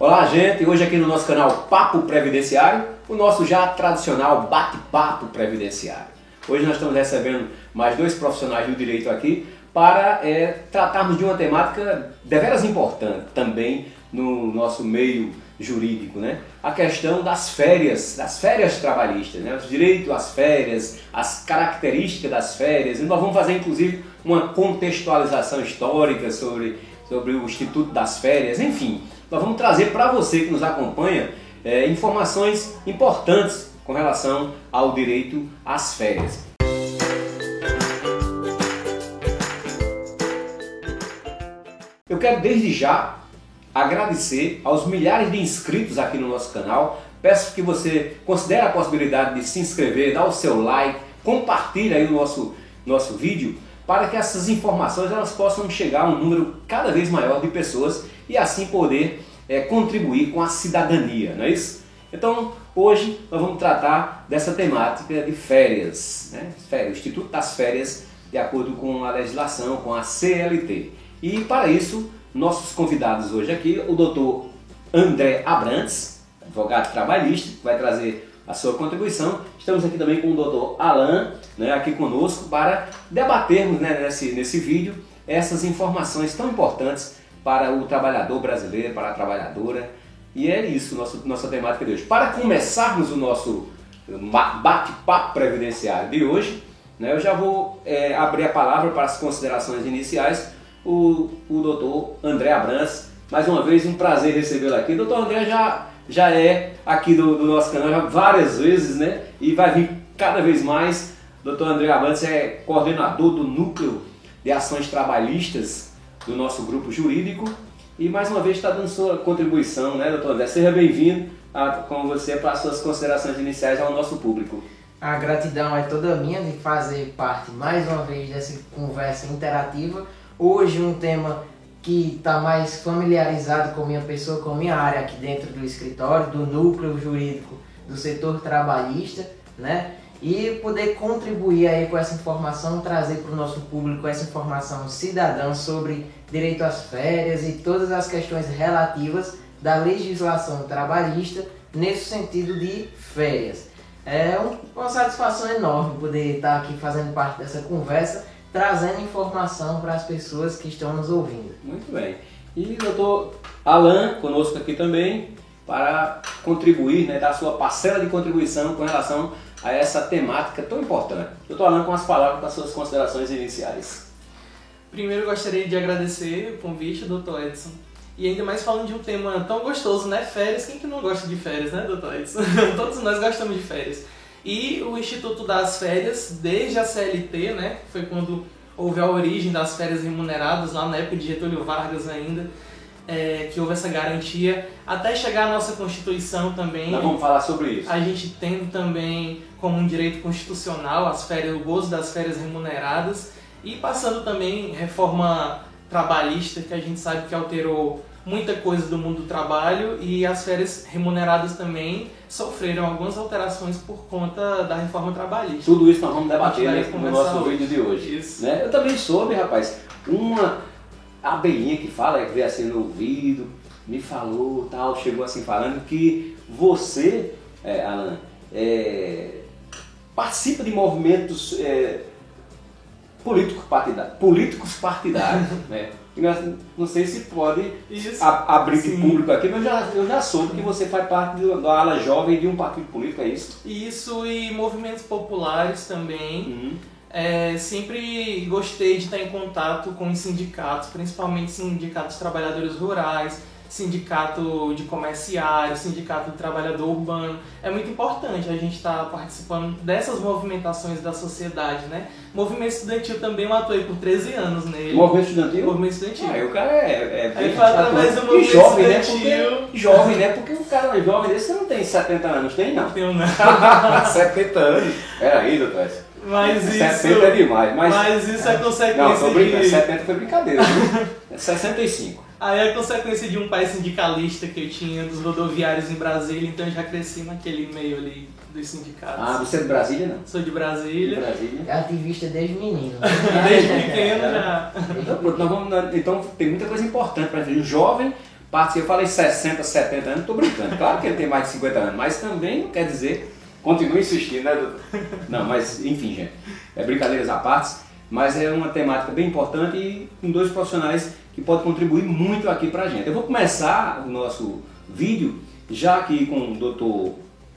Olá, gente! Hoje aqui no nosso canal Papo Previdenciário, o nosso já tradicional bate-papo previdenciário. Hoje nós estamos recebendo mais dois profissionais do direito aqui para tratarmos de uma temática deveras importante também no nosso meio jurídico, né? A questão das férias trabalhistas, né? Os direitos às férias, as características das férias. E nós vamos fazer inclusive uma contextualização histórica sobre o Instituto das Férias, enfim. Nós vamos trazer para você que nos acompanha informações importantes com relação ao direito às férias. Eu quero desde já agradecer aos milhares de inscritos aqui no nosso canal. Peço que você considere a possibilidade de se inscrever, dar o seu like, compartilhe aí o nosso vídeo para que essas informações elas possam chegar a um número cada vez maior de pessoas e assim poder contribuir com a cidadania, não é isso? Então, hoje nós vamos tratar dessa temática de férias, né? O Instituto das Férias, de acordo com a legislação, com a CLT. E para isso, nossos convidados hoje aqui, o Dr. André Abrantes, advogado trabalhista, que vai trazer a sua contribuição. Estamos aqui também com o Dr. Alan, né, aqui conosco, para debatermos, né, nesse vídeo essas informações tão importantes para o trabalhador brasileiro, para a trabalhadora. E é isso, nossa temática de hoje. Para começarmos o nosso bate-papo previdenciário de hoje, né, eu já vou abrir a palavra para as considerações iniciais. O doutor André Abrantes, mais uma vez um prazer recebê-lo aqui. O doutor André já é aqui do nosso canal já várias vezes, né? E vai vir cada vez mais. O doutor André Abrantes é coordenador do Núcleo de Ações Trabalhistas do nosso grupo jurídico e mais uma vez está dando sua contribuição, né, doutor André? Seja bem-vindo com você para as suas considerações iniciais ao nosso público. A gratidão é toda minha de fazer parte mais uma vez dessa conversa interativa. Hoje um tema que está mais familiarizado com minha pessoa, com minha área aqui dentro do escritório, do núcleo jurídico do setor trabalhista, né? E poder contribuir aí com essa informação, trazer para o nosso público essa informação cidadã sobre direito às férias e todas as questões relativas da legislação trabalhista nesse sentido de férias. É uma satisfação enorme poder estar aqui fazendo parte dessa conversa, trazendo informação para as pessoas que estão nos ouvindo. Muito bem. E o doutor Alan conosco aqui também para contribuir, né, dar sua parcela de contribuição com relação a essa temática tão importante. Doutor Alan, com as palavras para as suas considerações iniciais. Primeiro, eu gostaria de agradecer o convite, doutor Edson. E ainda mais falando de um tema tão gostoso, né? Férias. Quem que não gosta de férias, né, doutor Edson? Todos nós gostamos de férias. E o Instituto das Férias, desde a CLT, né? Foi quando houve a origem das férias remuneradas, lá na época de Getúlio Vargas ainda, que houve essa garantia, até chegar à nossa Constituição também. Nós vamos falar sobre isso. A gente tendo também como um direito constitucional as férias, o gozo das férias remuneradas, e passando também reforma trabalhista, que a gente sabe que alterou muita coisa do mundo do trabalho, e as férias remuneradas também sofreram algumas alterações por conta da reforma trabalhista. Tudo isso nós vamos debater no nosso vídeo de hoje. Isso. Né? Eu também soube, rapaz, uma abelhinha que fala, que veio assim no ouvido, me falou, tal, chegou assim falando que você, Alan, participa de movimentos políticos partidários, né? Não sei se pode abrir para o público aqui, mas eu já soube que você faz parte da ala jovem de um partido político, é isso? Isso, e movimentos populares também. Sempre gostei de estar em contato com os sindicatos, principalmente sindicatos de trabalhadores rurais, sindicato de comerciários, sindicato de trabalhador urbano. É muito importante a gente estar participando dessas movimentações da sociedade, né? Movimento estudantil também eu atuei por 13 anos nele. Movimento estudantil? Movimento estudantil. O cara é bem através do movimento jovem, estudantil. Jovem, né? Porque o cara jovem desse você não tem 70 anos, tem não? Tenho não. 70 anos. Peraí, doutor. Mas 70 é demais. Mas isso é consequência não, tô brincando. 70 foi brincadeira. É 65. Aí é consequência de um pai sindicalista que eu tinha dos rodoviários em Brasília, então eu já cresci naquele meio ali dos sindicatos. Ah, você é de Brasília, não? Sou de Brasília. É ativista desde menino. Desde pequeno já. Então tem muita coisa importante para gente. O jovem partes, eu falei 60, 70 anos, estou brincando. Claro que ele tem mais de 50 anos, mas também não quer dizer, continua insistindo, né, doutor? Não, mas enfim, gente, brincadeiras à parte, mas é uma temática bem importante e com dois profissionais que podem contribuir muito aqui pra gente. Eu vou começar o nosso vídeo já aqui com o doutor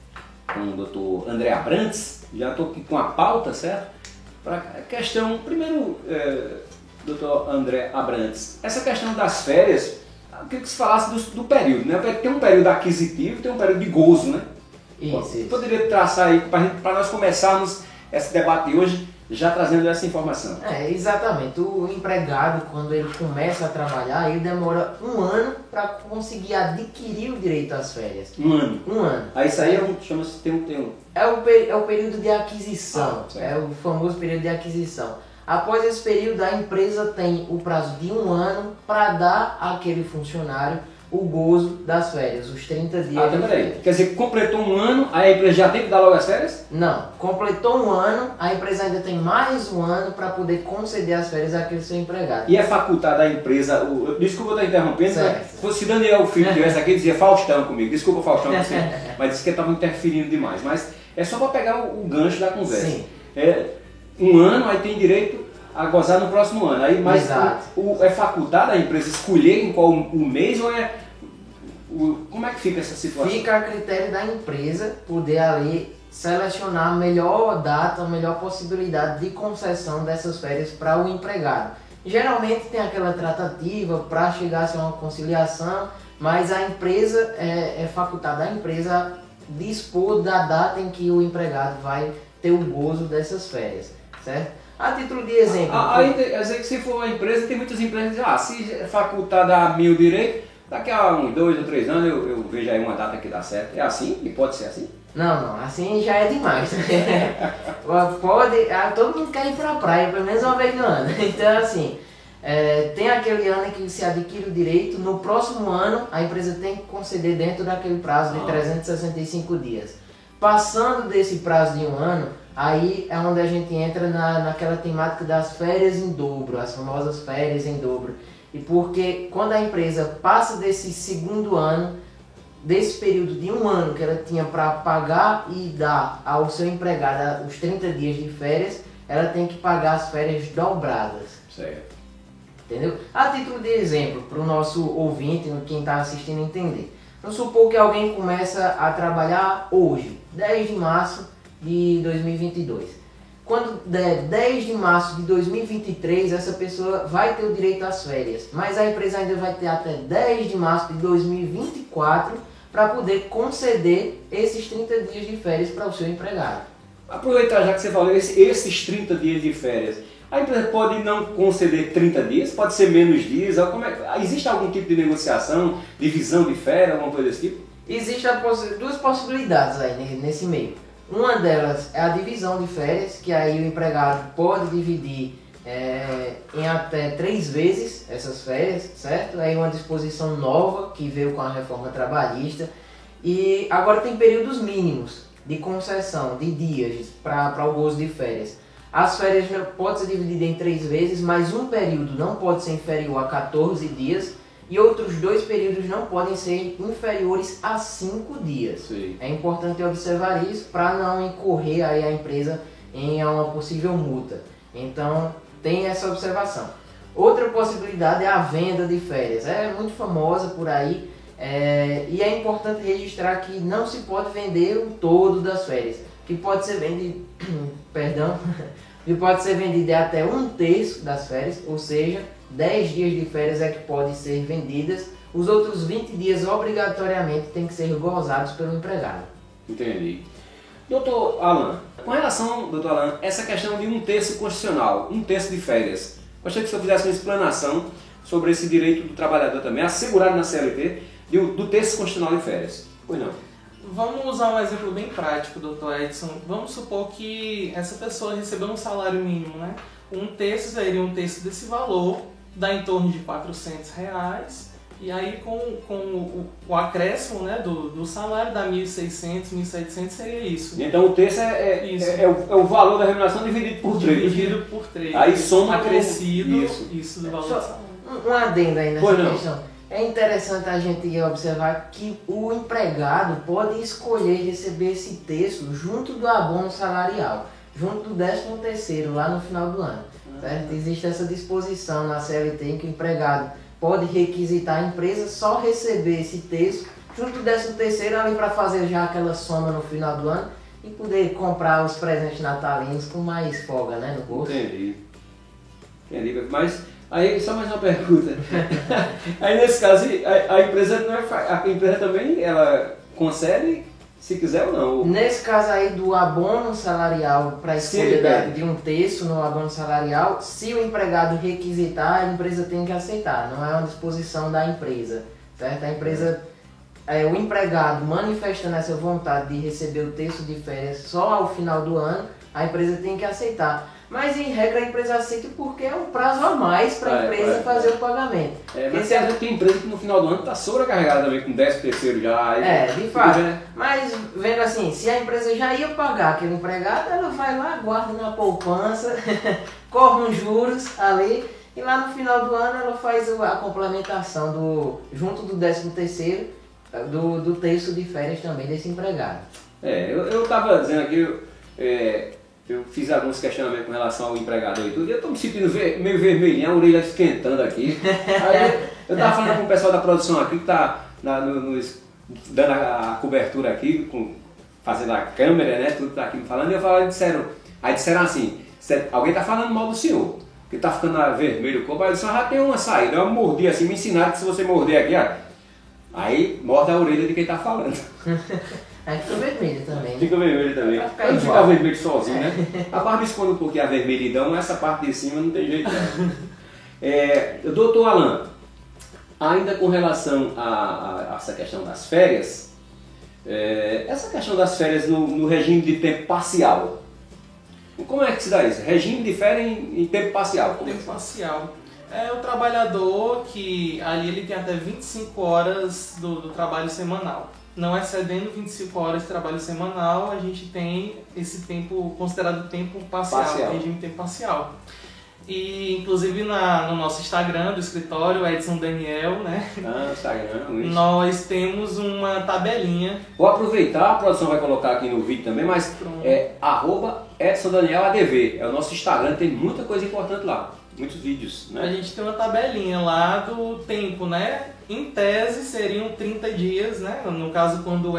André Abrantes, já estou aqui com a pauta, certo? Para a questão, primeiro, doutor André Abrantes, essa questão das férias, eu queria que você falasse do período, né? Tem um período aquisitivo, tem um período de gozo, né? Isso. Poderia traçar aí para nós começarmos esse debate de hoje, já trazendo essa informação. Exatamente. O empregado, quando ele começa a trabalhar, ele demora 1 ano para conseguir adquirir o direito às férias. 1 ano? 1 ano. Aí isso aí chama-se tem um... É o período de aquisição, é o famoso período de aquisição. Após esse período, a empresa tem o prazo de 1 ano para dar àquele funcionário o gozo das férias, os 30 dias de férias. Quer dizer, completou 1 ano, aí a empresa já tem que dar logo as férias? Não, completou 1 ano, a empresa ainda tem mais 1 ano para poder conceder as férias àquele seu empregado. E é facultado à empresa, desculpa eu estar interrompendo, se Daniel Filho estivesse aqui, dizia Faustão comigo, desculpa Faustão, mas disse que estava interferindo demais, mas é só para pegar o gancho da conversa. Sim. 1 ano, aí tem direito a gozar no próximo ano. Aí, mas é facultado a empresa escolher em qual o mês ou como é que fica essa situação? Fica a critério da empresa poder ali selecionar a melhor data, a melhor possibilidade de concessão dessas férias para o empregado. Geralmente tem aquela tratativa para chegar a ser uma conciliação, mas a empresa é facultada a empresa dispor da data em que o empregado vai ter o gozo dessas férias, certo? A título de exemplo... Aí, quer dizer que se for uma empresa, tem muitas empresas que dizem, se é facultado a mim o direito, daqui a uns 2 ou 3 anos eu vejo aí uma data que dá certo. É assim? E pode ser assim? Não, assim já é demais. Todo mundo quer ir pra praia, pelo menos uma vez no ano. Então, assim, tem aquele ano em que se adquire o direito, no próximo ano a empresa tem que conceder dentro daquele prazo de 365 dias. Passando desse prazo de 1 ano, aí é onde a gente entra naquela temática das férias em dobro, as famosas férias em dobro. E porque quando a empresa passa desse 2º ano, desse período de 1 ano que ela tinha para pagar e dar ao seu empregado os 30 dias de férias, ela tem que pagar as férias dobradas. Certo. Entendeu? A título de exemplo, para o nosso ouvinte, quem está assistindo entender. Vamos supor que alguém começa a trabalhar hoje, 10 de março de 2022. Quando der 10 de março de 2023, essa pessoa vai ter o direito às férias, mas a empresa ainda vai ter até 10 de março de 2024 para poder conceder esses 30 dias de férias para o seu empregado. Aproveitar já que você falou esses 30 dias de férias, a empresa pode não conceder 30 dias, pode ser menos dias, existe algum tipo de negociação, divisão de férias, alguma coisa desse tipo? Existem 2 possibilidades aí nesse meio. Uma delas é a divisão de férias, que aí o empregado pode dividir em até 3 vezes essas férias, certo? Aí uma disposição nova que veio com a reforma trabalhista. E agora tem períodos mínimos de concessão de dias para o gozo de férias. As férias podem ser divididas em 3 vezes, mas um período não pode ser inferior a 14 dias e outros 2 períodos não podem ser inferiores a 5 dias. Sim. É importante observar isso para não incorrer aí a empresa em uma possível multa. Então, tem essa observação. Outra possibilidade é a venda de férias. É muito famosa por aí e é importante registrar que não se pode vender o todo das férias, que pode ser vendido, que pode ser vendido até 1/3 das férias, ou seja, 10 dias de férias é que podem ser vendidas, os outros 20 dias obrigatoriamente têm que ser gozados pelo empregado. Entendi. Doutor Alan, com relação, doutor Alan, essa questão de 1/3 constitucional, 1/3 de férias, gostaria que o senhor fizesse uma explanação sobre esse direito do trabalhador também, assegurado na CLT, do terço constitucional de férias. Pois não? Vamos usar um exemplo bem prático, Dr. Edson. Vamos supor que essa pessoa recebeu um salário mínimo, né? 1/3 seria 1/3 desse valor, dá em torno de R$400, e aí com o acréscimo, né, do salário dá 1.600, 1.700, seria isso. Então o terço é o valor da remuneração dividido por 3. Dividido por 3. Aí soma acrescido isso do valor do salário. Um adendo aí nessa questão. é interessante a gente observar que o empregado pode escolher receber esse terço junto do abono salarial, junto do 13º lá no final do ano. Certo? Existe essa disposição na CLT em que o empregado pode requisitar a empresa só receber esse terço junto do 13º ali para fazer já aquela soma no final do ano e poder comprar os presentes natalinos com mais folga, né, no bolso. Entendi. Mas aí só mais uma pergunta. Aí nesse caso a empresa não a empresa também ela concede se quiser ou não. Nesse caso aí do abono salarial para escolha de um terço no abono salarial, se o empregado requisitar, a empresa tem que aceitar, não é uma disposição da empresa, certo? A empresa, o empregado manifestando essa vontade de receber o terço de férias só ao final do ano, a empresa tem que aceitar. Mas em regra a empresa aceita porque é um prazo a mais para a empresa fazer o pagamento. Mas às vezes tem empresa que no final do ano está sobrecarregada também com 13º já. De fato. Mas vendo assim, se a empresa já ia pagar aquele empregado, ela vai lá, guarda na poupança, corre uns juros ali e lá no final do ano ela faz a complementação junto do 13º, do terço de férias também desse empregado. Eu estava dizendo aqui, eu fiz alguns questionamentos com relação ao empregador e tudo, e eu estou me sentindo meio vermelhinho, a orelha esquentando aqui. Aí eu estava falando com o pessoal da produção aqui, que está dando a cobertura aqui, fazendo a câmera, né, tudo está aqui me falando, e aí disseram assim, alguém está falando mal do senhor, que está ficando vermelho o corpo, aí eu disse, já tem uma saída, eu mordi assim, me ensinaram que se você morder aqui, aí morde a orelha de quem está falando. Aí fica vermelho também. Fica vermelho também. Pra não ficar vermelho sozinho, né? A barba esconde um pouquinho a vermelhidão, mas essa parte de cima não tem jeito não. Doutor Alan, ainda com relação a essa questão das férias, essa questão das férias no regime de tempo parcial, como é que se dá isso? Regime de férias em tempo parcial? Tempo parcial. É o trabalhador que ali ele tem até 25 horas do trabalho semanal. Não excedendo 25 horas de trabalho semanal, a gente tem esse tempo considerado tempo parcial. Regime de tempo parcial. E inclusive no nosso Instagram do escritório, Edson Daniel, né? Instagram, isso. Nós temos uma tabelinha. Vou aproveitar, a produção vai colocar aqui no vídeo também, mas @EdsonDanielADV, é o nosso Instagram, tem muita coisa importante lá. Muitos vídeos, né? A gente tem uma tabelinha lá do tempo, né? Em tese seriam 30 dias, né? No caso, quando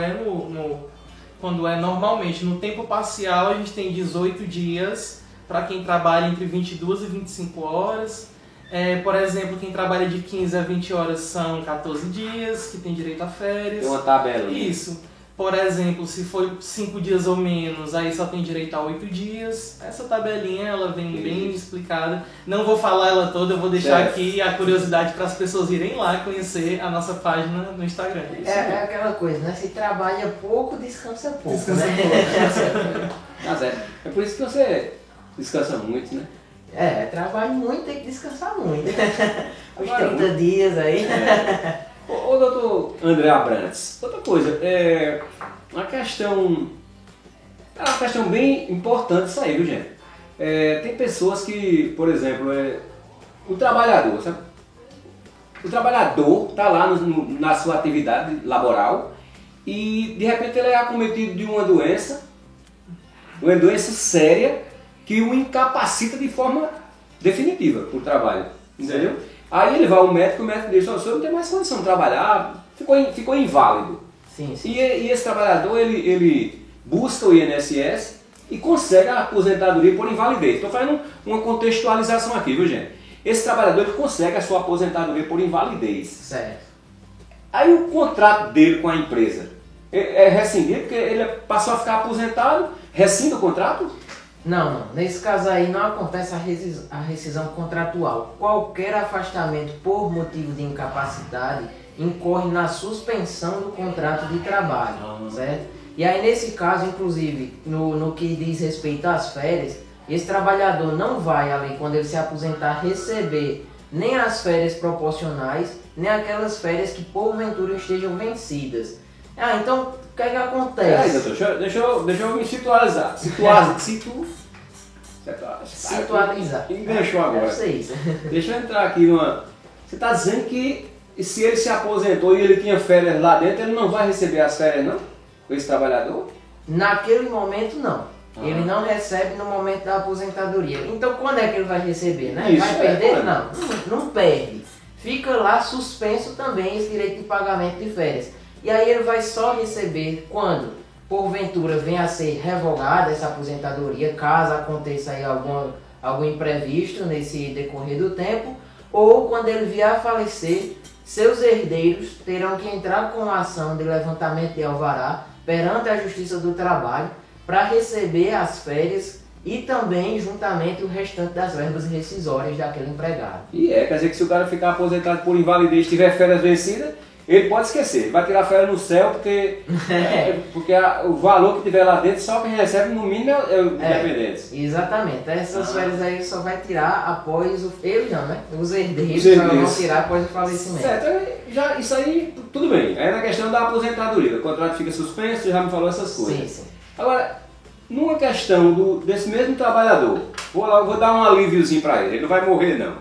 é normalmente no tempo parcial, a gente tem 18 dias para quem trabalha entre 22 e 25 horas. Por exemplo, quem trabalha de 15 a 20 horas são 14 dias, que tem direito a férias. Tem uma tabela. Isso. Por exemplo, se for 5 dias ou menos, aí só tem direito a 8 dias. Essa tabelinha, ela vem bem explicada. Não vou falar ela toda, eu vou deixar aqui a curiosidade para as pessoas irem lá conhecer a nossa página no Instagram. É aquela coisa, né? Se trabalha pouco, descansa pouco, descansa né? pouco. É por isso que você descansa muito, né? Trabalho muito, tem que descansar muito. Os 30 dias aí. Ô doutor André Abrantes, outra coisa, uma questão bem importante isso aí, viu gente? Tem pessoas que, por exemplo, o trabalhador, sabe? O trabalhador está lá na sua atividade laboral e de repente ele é acometido de uma doença séria que o incapacita de forma definitiva para o trabalho, entendeu? Aí ele vai ao médico, o médico diz, o senhor não tem mais condição de trabalhar, ficou inválido. Sim. E esse trabalhador, ele busca o INSS e consegue a aposentadoria por invalidez. Estou fazendo uma contextualização aqui, viu gente? Esse trabalhador ele consegue a sua aposentadoria por invalidez. Certo. Aí o contrato dele com a empresa é rescindido, porque ele passou a ficar aposentado, rescinde o contrato? Não. Nesse caso aí não acontece a rescisão contratual. Qualquer afastamento por motivo de incapacidade incorre na suspensão do contrato de trabalho, certo? E aí nesse caso, inclusive, no que diz respeito às férias, esse trabalhador não vai ali, quando ele se aposentar, receber nem as férias proporcionais, nem aquelas férias que porventura estejam vencidas. Então, o que é que acontece? Doutor, deixa eu me situalizar. Situalizar. Enganchou agora. Isso. Deixa eu entrar aqui numa... Você está dizendo que e se ele se aposentou e ele tinha férias lá dentro, ele não vai receber as férias não? Esse trabalhador? Naquele momento não. Ah. Ele não recebe no momento da aposentadoria. Então quando é que ele vai receber, né? Isso, Vai perder? quando? Não perde. Fica lá suspenso também esse direito de pagamento de férias. E aí ele vai só receber quando, porventura, venha a ser revogada essa aposentadoria, caso aconteça aí algum imprevisto nesse decorrer do tempo, ou quando ele vier a falecer, seus herdeiros terão que entrar com a ação de levantamento de alvará perante a Justiça do Trabalho para receber as férias e também, juntamente, o restante das verbas rescisórias daquele empregado. E quer dizer que se o cara ficar aposentado por invalidez e tiver férias vencidas, ele pode esquecer, ele vai tirar férias no céu porque o valor que tiver lá dentro só quem recebe no mínimo é o dependente. Exatamente, essas férias aí só vai tirar após ele não, né? Os herdeiros Os só vão herdeiros. tirar após o falecimento. Certo, isso aí tudo bem. Aí na questão da aposentadoria, o contrato fica suspenso, você já me falou essas coisas. Sim, sim. Agora, numa questão desse mesmo trabalhador, vou dar um alíviozinho para ele não vai morrer não.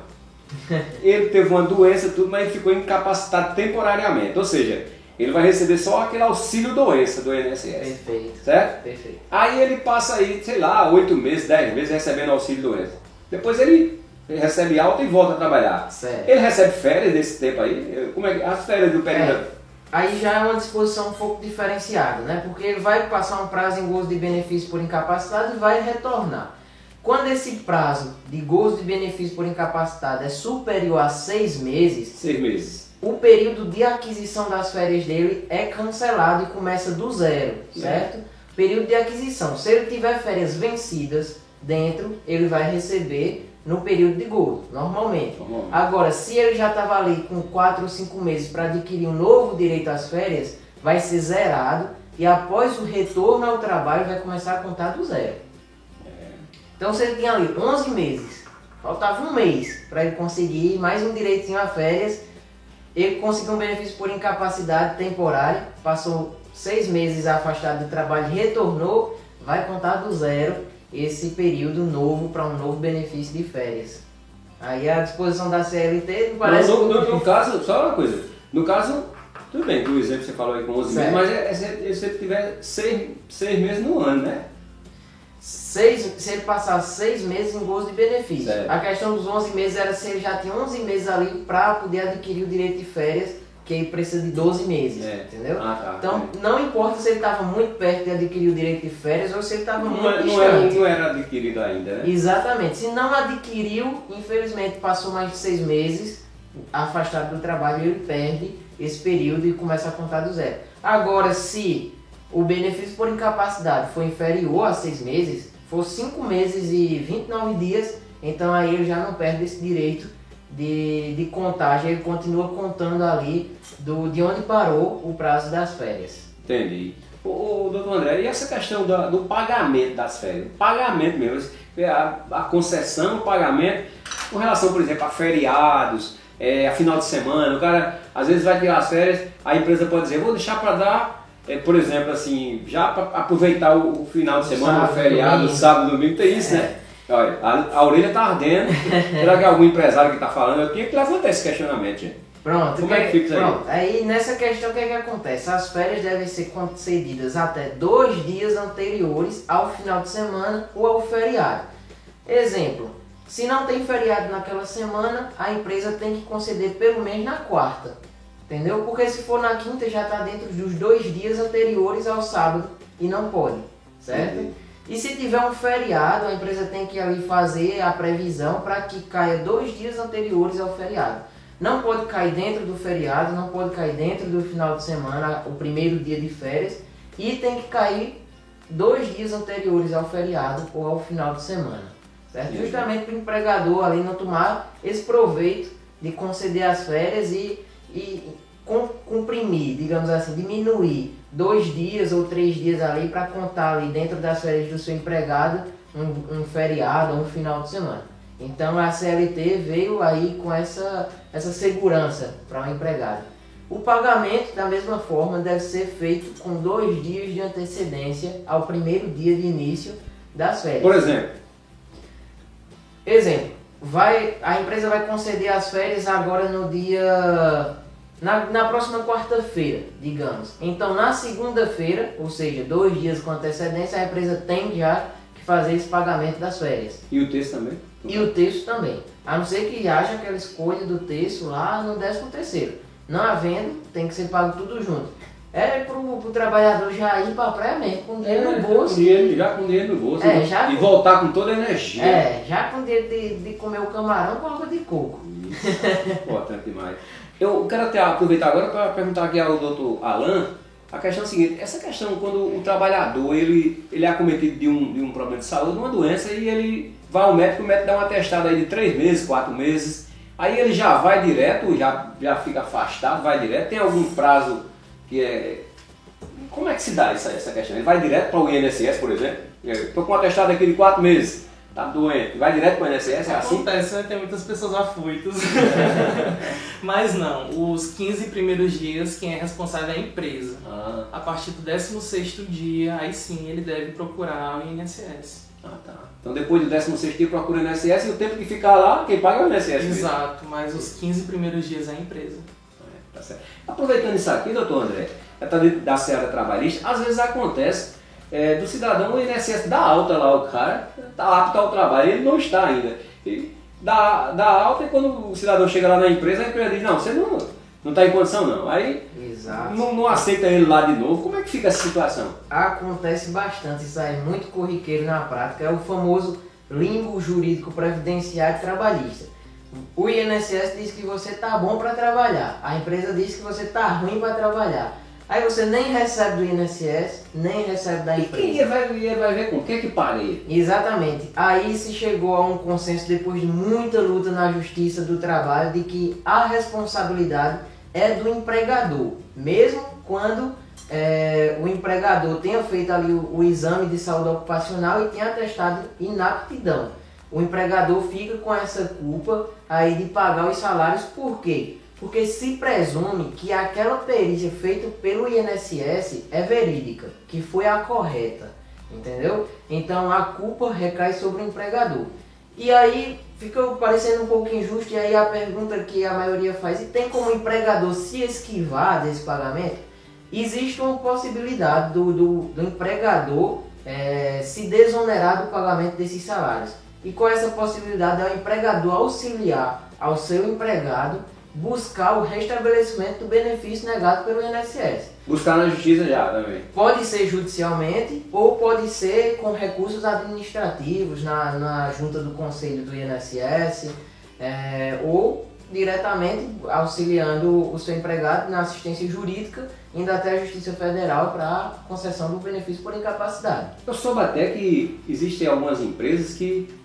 Ele teve uma doença, tudo, mas ele ficou incapacitado temporariamente, ou seja, ele vai receber só aquele auxílio doença do INSS. Perfeito. Certo? Perfeito. Aí ele passa aí, sei lá, 8 meses, 10 meses recebendo auxílio doença. Depois ele recebe alta e volta a trabalhar. Certo. Ele recebe férias nesse tempo aí? Como é que as férias do período? Aí já é uma disposição um pouco diferenciada, né? Porque ele vai passar um prazo em gozo de benefício por incapacidade e vai retornar. Quando esse prazo de gozo de benefício por incapacidade é superior a 6 meses, 6 meses. o período de aquisição das férias dele é cancelado e começa do zero, certo? Período de aquisição. Se ele tiver férias vencidas dentro, ele vai receber no período de gozo, normalmente. Agora, se ele já estava ali com 4 ou 5 meses para adquirir um novo direito às férias, vai ser zerado e após o retorno ao trabalho vai começar a contar do zero. Então, se ele tinha ali 11 meses, faltava um mês para ele conseguir mais um direitinho a férias, ele conseguiu um benefício por incapacidade temporária, passou 6 meses afastado do trabalho, retornou, vai contar do zero esse período novo para um novo benefício de férias. Aí a disposição da CLT não parece... No caso, só uma coisa, no caso, tudo bem, do exemplo que você falou aí com 11 meses, mas se ele tiver 6 meses no ano, né? Se ele passar 6 meses em gozo de benefício. Certo. A questão dos 11 meses era se ele já tinha 11 meses ali para poder adquirir o direito de férias, que aí precisa de 12 meses, entendeu? Então, não importa se ele estava muito perto de adquirir o direito de férias ou se ele estava muito distante. Não era adquirido ainda, né? Exatamente. Se não adquiriu, infelizmente passou mais de 6 meses afastado do trabalho, ele perde esse período e começa a contar do zero. Agora, se o benefício por incapacidade for inferior a 6 meses, for 5 meses e 29 dias, então aí ele já não perde esse direito de contagem, ele continua contando ali de onde parou o prazo das férias. Entendi. Ô, doutor André, e essa questão do pagamento das férias? O pagamento mesmo, a concessão, o pagamento, com relação, por exemplo, a feriados, a final de semana, o cara às vezes vai tirar as férias, a empresa pode dizer, vou deixar para dar, por exemplo, assim, já para aproveitar o final de semana, o feriado, domingo. Sábado, domingo, tem isso, né? Olha, a orelha tá ardendo, será que é algum empresário que está falando? Eu tinha que levantar esse questionamento, gente. Pronto, como é que fica isso aí? Pronto, aí nessa questão o que acontece? As férias devem ser concedidas até 2 dias anteriores ao final de semana ou ao feriado. Exemplo, se não tem feriado naquela semana, a empresa tem que conceder pelo menos na quarta, entendeu? Porque se for na quinta já está dentro dos 2 dias anteriores ao sábado e não pode, certo? E se tiver um feriado, a empresa tem que ali fazer a previsão para que caia 2 dias anteriores ao feriado. Não pode cair dentro do feriado, não pode cair dentro do final de semana, o primeiro dia de férias, e tem que cair 2 dias anteriores ao feriado ou ao final de semana, certo? Justamente para o empregador ali não tomar esse proveito de conceder as férias e comprimir, digamos assim, diminuir 2 dias ou 3 dias ali para contar ali dentro das férias do seu empregado um feriado ou um final de semana. Então a CLT veio aí com essa segurança para o empregado. O pagamento, da mesma forma, deve ser feito com 2 dias de antecedência ao primeiro dia de início das férias. Por exemplo? A empresa vai conceder as férias agora no dia na próxima quarta-feira, digamos. Então, na segunda-feira, ou seja, 2 dias com antecedência, a empresa tem já que fazer esse pagamento das férias. E o texto também? E o terço também. A não ser que haja aquela escolha do terço lá no 13º. Não havendo, tem que ser pago tudo junto. É pro trabalhador já ir pra praia mesmo, com dinheiro no bolso. Já com dinheiro no bolso. Já voltar com toda a energia. Já com dinheiro de comer o camarão com água de coco. Isso, importante demais. Eu quero até aproveitar agora para perguntar aqui ao doutor Alan a questão é a seguinte: essa questão quando o trabalhador ele é acometido de um problema de saúde, uma doença, e ele vai ao médico, o médico dá um atestado aí de 3 meses, 4 meses, aí ele já vai direto, já fica afastado, vai direto, tem algum prazo que é... Como é que se dá essa questão? Ele vai direto para o INSS, por exemplo? Estou com um atestado aqui de 4 meses, tá doente, vai direto para o INSS, é assim? Acontece, né? Tem muitas pessoas afoitas. Mas não, os 15 primeiros dias quem é responsável é a empresa. A partir do 16º dia, aí sim ele deve procurar o INSS. Tá. Então depois do 16º dia procura o INSS e o tempo que ficar lá, quem paga é o INSS. Exato, mas os 15 primeiros dias é a empresa. Tá certo. Aproveitando isso aqui, doutor André, está dentro da seara trabalhista, às vezes acontece do cidadão, o INSS dá alta lá, o cara está apto ao trabalho, ele não está ainda. Ele dá alta e quando o cidadão chega lá na empresa, a empresa diz, não, você não está em condição não. Aí não aceita ele lá de novo. Como é que fica essa situação? Acontece bastante, isso aí é muito corriqueiro na prática, é o famoso limbo jurídico previdenciário trabalhista. O INSS diz que você está bom para trabalhar, a empresa diz que você está ruim para trabalhar. Aí você nem recebe do INSS, nem recebe da empresa. E ele vai ver com o que pareia? Exatamente. Aí se chegou a um consenso depois de muita luta na Justiça do Trabalho de que a responsabilidade é do empregador, mesmo quando o empregador tenha feito ali o exame de saúde ocupacional e tenha atestado inaptidão. O empregador fica com essa culpa aí de pagar os salários. Por quê? Porque se presume que aquela perícia feita pelo INSS é verídica, que foi a correta, entendeu? Então a culpa recai sobre o empregador. E aí fica parecendo um pouco injusto, e aí a pergunta que a maioria faz: e tem como o empregador se esquivar desse pagamento? Existe uma possibilidade do empregador se desonerar do pagamento desses salários. E com essa possibilidade é o empregador auxiliar ao seu empregado buscar o restabelecimento do benefício negado pelo INSS. Buscar na justiça já também. Pode ser judicialmente ou pode ser com recursos administrativos na junta do conselho do INSS, ou diretamente auxiliando o seu empregado na assistência jurídica, indo até a Justiça Federal para concessão do benefício por incapacidade. Eu soube até que existem algumas empresas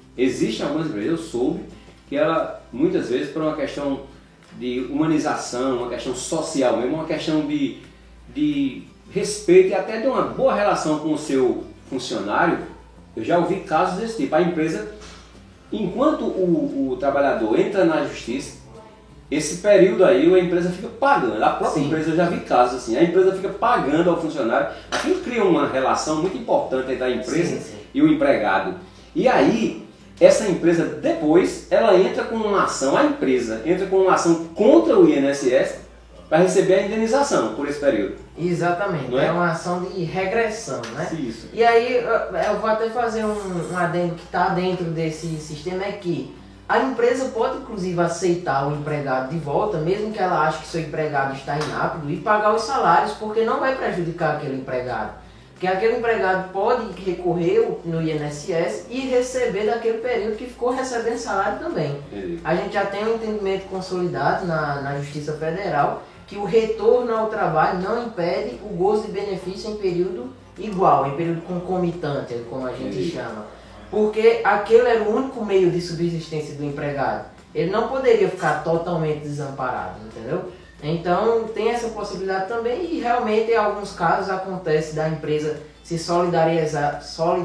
eu soube que ela muitas vezes por uma questão de humanização, uma questão social mesmo, uma questão de respeito e até de uma boa relação com o seu funcionário, eu já ouvi casos desse tipo. A empresa, enquanto o trabalhador entra na justiça, esse período aí a empresa fica pagando, a própria empresa, eu já vi casos assim, a empresa fica pagando ao funcionário, aquilo cria uma relação muito importante entre a empresa e o empregado. E aí, essa empresa depois, ela entra com uma ação, a empresa entra com uma ação contra o INSS para receber a indenização por esse período. Exatamente, é uma ação de regressão, né? Isso. E aí, eu vou até fazer um adendo que está dentro desse sistema, é que a empresa pode inclusive aceitar o empregado de volta, mesmo que ela ache que seu empregado está inapto, e pagar os salários, porque não vai prejudicar aquele empregado. Porque aquele empregado pode recorrer no INSS e receber daquele período que ficou recebendo salário também. A gente já tem um entendimento consolidado na Justiça Federal que o retorno ao trabalho não impede o gozo de benefício em período igual, em período concomitante, como a gente chama. Porque aquele era o único meio de subsistência do empregado. Ele não poderia ficar totalmente desamparado, entendeu? Então tem essa possibilidade também, e realmente em alguns casos acontece da empresa se solidarizar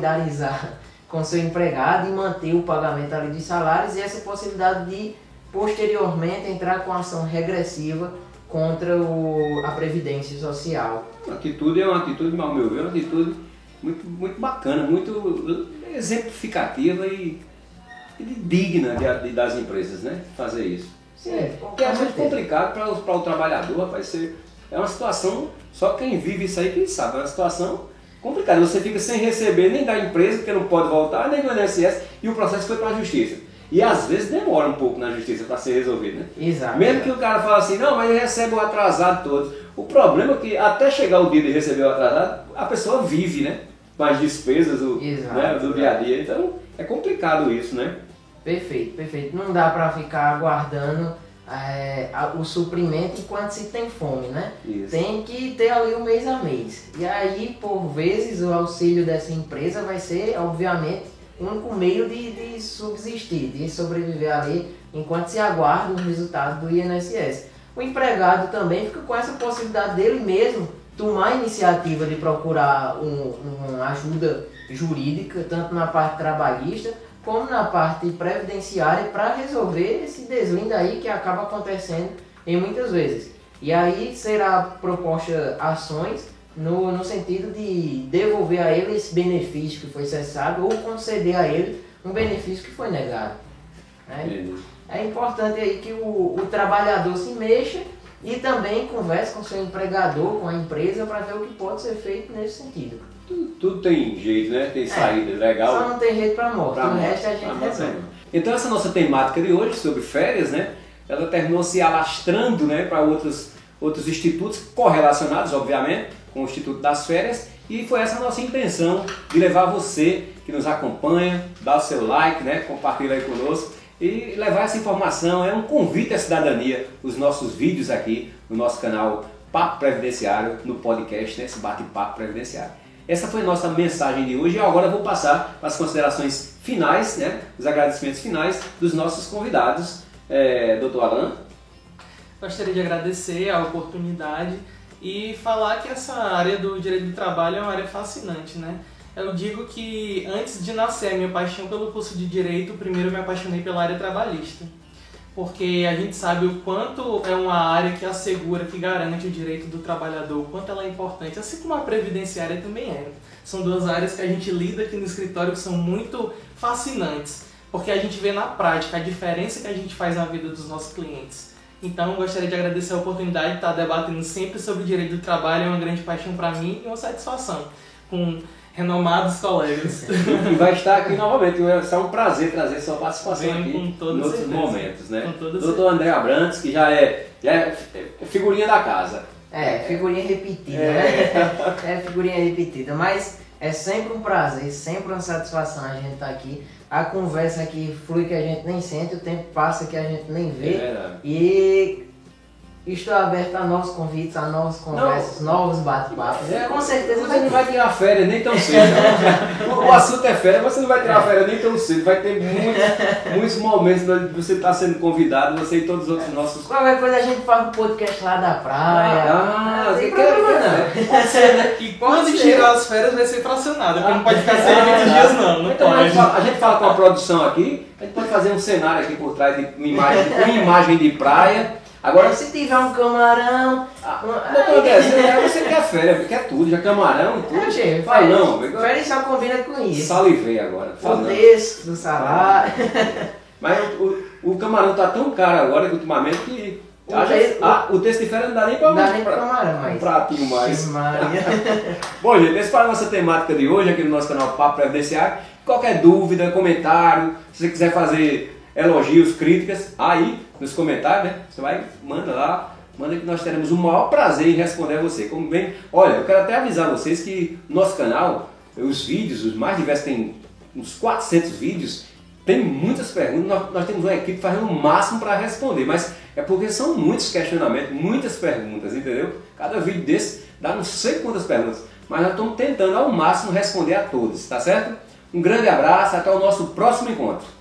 com seu empregado e manter o pagamento ali de salários, e essa possibilidade de posteriormente entrar com ação regressiva contra a Previdência Social. A atitude é uma atitude, ao meu ver, uma atitude muito, muito bacana, muito exemplificativa e digna das empresas, né? Fazer isso. Sim, Porque é muito complicado para o trabalhador, rapaz, é uma situação, só quem vive isso aí quem sabe, é uma situação complicada. Você fica sem receber nem da empresa, porque não pode voltar, nem do INSS, e o processo foi para a justiça. E às vezes demora um pouco na justiça para ser resolvido, né? Exato. Mesmo que o cara fale assim, não, mas ele recebe o atrasado todo. O problema é que até chegar o dia de receber o atrasado, a pessoa vive, né? Com as despesas do dia a dia. Então é complicado isso, né? Perfeito, perfeito. Não dá para ficar aguardando o suprimento enquanto se tem fome, né? Isso. Tem que ter ali o mês a mês. E aí, por vezes, o auxílio dessa empresa vai ser, obviamente, o único meio de subsistir, de sobreviver ali, enquanto se aguarda o resultado do INSS. O empregado também fica com essa possibilidade dele mesmo tomar a iniciativa de procurar uma ajuda jurídica, tanto na parte trabalhista, como na parte previdenciária, para resolver esse deslinde aí que acaba acontecendo em muitas vezes. E aí será proposta ações no sentido de devolver a ele esse benefício que foi cessado ou conceder a ele um benefício que foi negado. Né? É importante aí que o trabalhador se mexa e também converse com o seu empregador, com a empresa, para ver o que pode ser feito nesse sentido. Tudo tem jeito, né? Tem saída legal. Só não tem jeito para morte, o resto a gente resolve. Então essa nossa temática de hoje sobre férias, né? Ela terminou se alastrando, né, para outros institutos correlacionados, obviamente, com o Instituto das Férias, e foi essa a nossa intenção de levar você que nos acompanha, dar o seu like, né, compartilha aí conosco e levar essa informação. É um convite à cidadania, os nossos vídeos aqui no nosso canal Papo Previdenciário, no podcast, né, esse bate-papo previdenciário. Essa foi a nossa mensagem de hoje e agora eu vou passar para as considerações finais, né, os agradecimentos finais dos nossos convidados. Dr. Alan? Gostaria de agradecer a oportunidade e falar que essa área do direito do trabalho é uma área fascinante, né? Eu digo que antes de nascer a minha paixão pelo curso de Direito, primeiro eu me apaixonei pela área trabalhista. Porque a gente sabe o quanto é uma área que assegura, que garante o direito do trabalhador, o quanto ela é importante, assim como a previdenciária também é. São duas áreas que a gente lida aqui no escritório que são muito fascinantes, porque a gente vê na prática a diferença que a gente faz na vida dos nossos clientes. Então, eu gostaria de agradecer a oportunidade de estar debatendo sempre sobre o direito do trabalho, é uma grande paixão para mim e uma satisfação, com renomados colegas. E vai estar aqui novamente, vai ser um prazer trazer sua participação aqui com em outros certeza. momentos, né? Com Doutor André Abrantes, que já é figurinha da casa. Figurinha repetida, né? É figurinha repetida, mas é sempre um prazer, sempre uma satisfação a gente estar aqui. A conversa aqui flui que a gente nem sente, o tempo passa que a gente nem vê. E estou aberto a novos convites, a novas conversas, novos bate-papos. Com certeza você não vai tirar férias nem tão cedo. O assunto é férias, mas você não vai tirar férias nem tão cedo. Vai ter muitos momentos onde você está sendo convidado, você e todos os outros nossos. Qualquer coisa a gente faz um podcast lá da praia. Não tem problema não. Pode ser, né? E quando tirar as férias vai ser fracionado, porque não pode ficar sem 20 dias não então, pode. A gente fala com a produção aqui, a gente pode fazer um cenário aqui por trás de uma imagem de praia. Agora, se tiver um camarão... Doutor André, você quer férias, quer tudo, já camarão e tudo. Fala não. Férias só combina com isso. Salivei agora. O texto do salário. Mas o camarão tá tão caro agora que ultimamente que... o texto de férias não dá nem para camarão, mas... um pratinho mais. Bom, gente, essa foi a nossa temática de hoje aqui no nosso canal Papo Previdenciário. Qualquer dúvida, comentário, se você quiser fazer elogios, críticas, aí nos comentários, né? Você vai, manda lá, manda que nós teremos o maior prazer em responder a você. Como bem, olha, eu quero até avisar vocês que no nosso canal, os vídeos, os mais diversos, tem uns 400 vídeos, tem muitas perguntas, nós temos uma equipe fazendo o máximo para responder, mas é porque são muitos questionamentos, muitas perguntas, entendeu? Cada vídeo desse dá não sei quantas perguntas, mas nós estamos tentando ao máximo responder a todos, tá certo? Um grande abraço, até o nosso próximo encontro.